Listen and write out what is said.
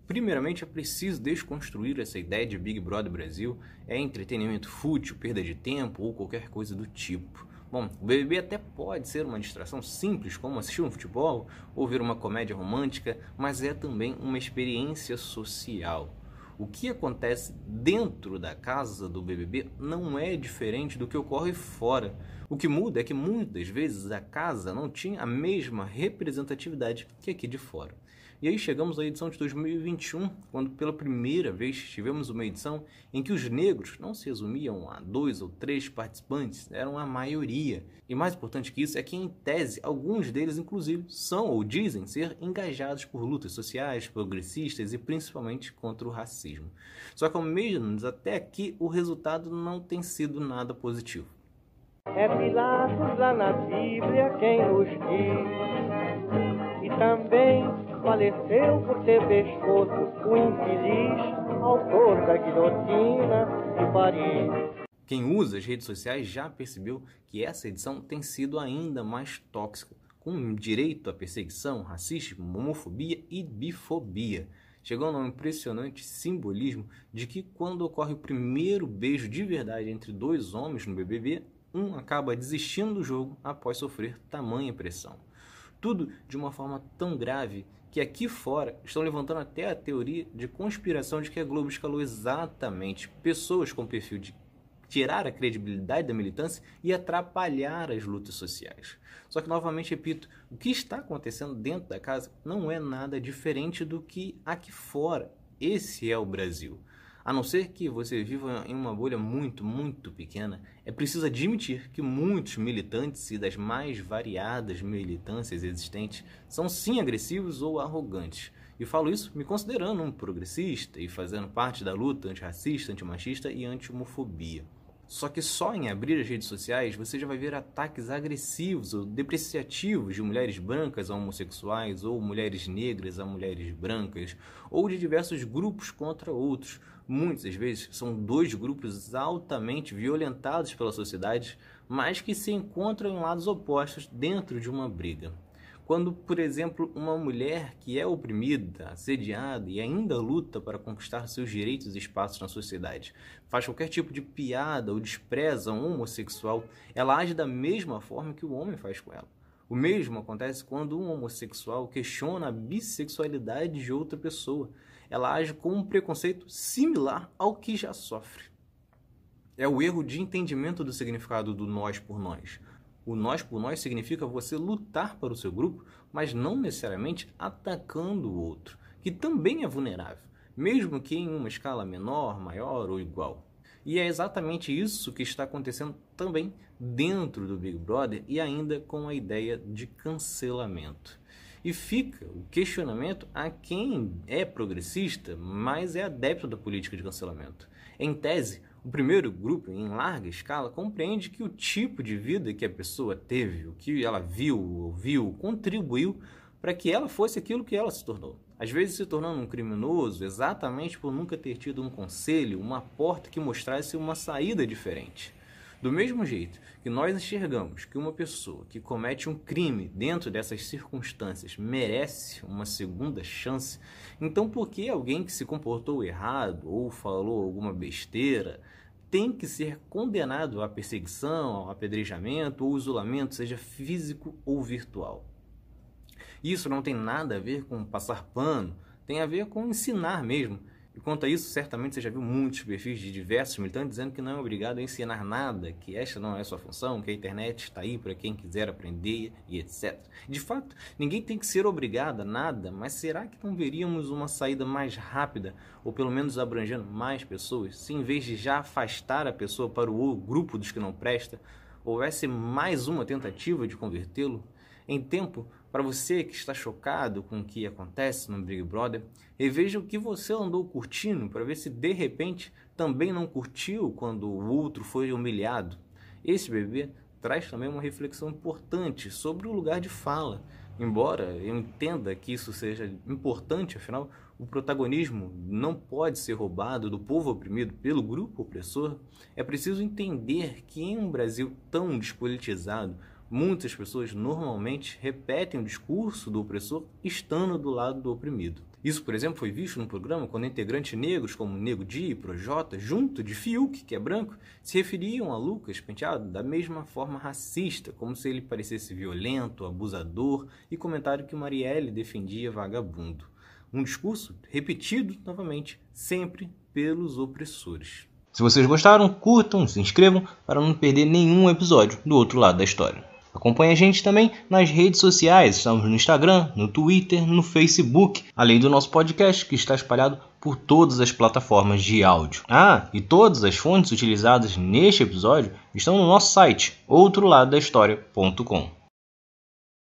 Primeiramente, é preciso desconstruir essa ideia de Big Brother Brasil é entretenimento fútil, perda de tempo ou qualquer coisa do tipo. Bom, o BBB até pode ser uma distração simples, como assistir um futebol ou ver uma comédia romântica, mas é também uma experiência social. O que acontece dentro da casa do BBB não é diferente do que ocorre fora. O que muda é que muitas vezes a casa não tinha a mesma representatividade que aqui de fora. E aí chegamos à edição de 2021, quando pela primeira vez tivemos uma edição em que os negros não se resumiam a 2 ou 3 participantes, eram a maioria. E mais importante que isso é que, em tese, alguns deles, inclusive, são ou dizem ser engajados por lutas sociais, progressistas e principalmente contra o racismo. Só que, ao menos até aqui, o resultado não tem sido nada positivo. É Pilatos lá na Bíblia quem nos diz, e também faleceu por ter pescoço o infeliz autor da guilhotina de Paris. Quem usa as redes sociais já percebeu que essa edição tem sido ainda mais tóxica, com direito à perseguição, racismo, homofobia e bifobia. Chegou num impressionante simbolismo de que quando ocorre o primeiro beijo de verdade entre dois homens no BBB, um acaba desistindo do jogo após sofrer tamanha pressão. Tudo de uma forma tão grave que aqui fora estão levantando até a teoria de conspiração de que a Globo escalou exatamente pessoas com perfil de tirar a credibilidade da militância e atrapalhar as lutas sociais. Só que, novamente repito, o que está acontecendo dentro da casa não é nada diferente do que aqui fora. Esse é o Brasil. A não ser que você viva em uma bolha muito pequena, é preciso admitir que muitos militantes e das mais variadas militâncias existentes são sim agressivos ou arrogantes. E falo isso me considerando um progressista e fazendo parte da luta antirracista, antimachista e anti-homofobia. Só que só em abrir as redes sociais você já vai ver ataques agressivos ou depreciativos de mulheres brancas a homossexuais, ou mulheres negras a mulheres brancas, ou de diversos grupos contra outros. Muitas vezes são dois grupos altamente violentados pela sociedade, mas que se encontram em lados opostos dentro de uma briga. Quando, por exemplo, uma mulher que é oprimida, assediada e ainda luta para conquistar seus direitos e espaços na sociedade, faz qualquer tipo de piada ou despreza um homossexual, ela age da mesma forma que o homem faz com ela. O mesmo acontece quando um homossexual questiona a bissexualidade de outra pessoa. Ela age com um preconceito similar ao que já sofre. É o erro de entendimento do significado do nós por nós. O nós por nós significa você lutar para o seu grupo, mas não necessariamente atacando o outro, que também é vulnerável, mesmo que em uma escala menor, maior ou igual. E é exatamente isso que está acontecendo também dentro do Big Brother e ainda com a ideia de cancelamento. E fica o questionamento a quem é progressista, mas é adepto da política de cancelamento. Em tese, o primeiro grupo, em larga escala, compreende que o tipo de vida que a pessoa teve, o que ela viu, ouviu, contribuiu para que ela fosse aquilo que ela se tornou. Às vezes se tornando um criminoso exatamente por nunca ter tido um conselho, uma porta que mostrasse uma saída diferente. Do mesmo jeito que nós enxergamos que uma pessoa que comete um crime dentro dessas circunstâncias merece uma segunda chance, então por que alguém que se comportou errado ou falou alguma besteira tem que ser condenado à perseguição, ao apedrejamento ou isolamento, seja físico ou virtual? Isso não tem nada a ver com passar pano, tem a ver com ensinar mesmo. E quanto a isso, certamente você já viu muitos perfis de diversos militantes dizendo que não é obrigado a ensinar nada, que esta não é sua função, que a internet está aí para quem quiser aprender e etc. De fato, ninguém tem que ser obrigado a nada, mas será que não veríamos uma saída mais rápida, ou pelo menos abrangendo mais pessoas, se em vez de já afastar a pessoa para o grupo dos que não presta, houvesse mais uma tentativa de convertê-lo? Em tempo, para você que está chocado com o que acontece no Big Brother, reveja o que você andou curtindo para ver se de repente também não curtiu quando o outro foi humilhado. Esse BBB traz também uma reflexão importante sobre o lugar de fala. Embora eu entenda que isso seja importante, afinal, o protagonismo não pode ser roubado do povo oprimido pelo grupo opressor, é preciso entender que em um Brasil tão despolitizado, Muitas pessoas normalmente repetem o discurso do opressor estando do lado do oprimido. Isso, por exemplo, foi visto no programa quando integrantes negros como Nego Di e Projota, junto de Fiuk, que é branco, se referiam a Lucas Penteado da mesma forma racista, como se ele parecesse violento, abusador, e comentaram que Marielle defendia vagabundo. Um discurso repetido, novamente, sempre pelos opressores. Se vocês gostaram, curtam, se inscrevam para não perder nenhum episódio do outro lado da história. Acompanhe a gente também nas redes sociais, estamos no Instagram, no Twitter, no Facebook, além do nosso podcast que está espalhado por todas as plataformas de áudio. E todas as fontes utilizadas neste episódio estão no nosso site, outroladodahistoria.com.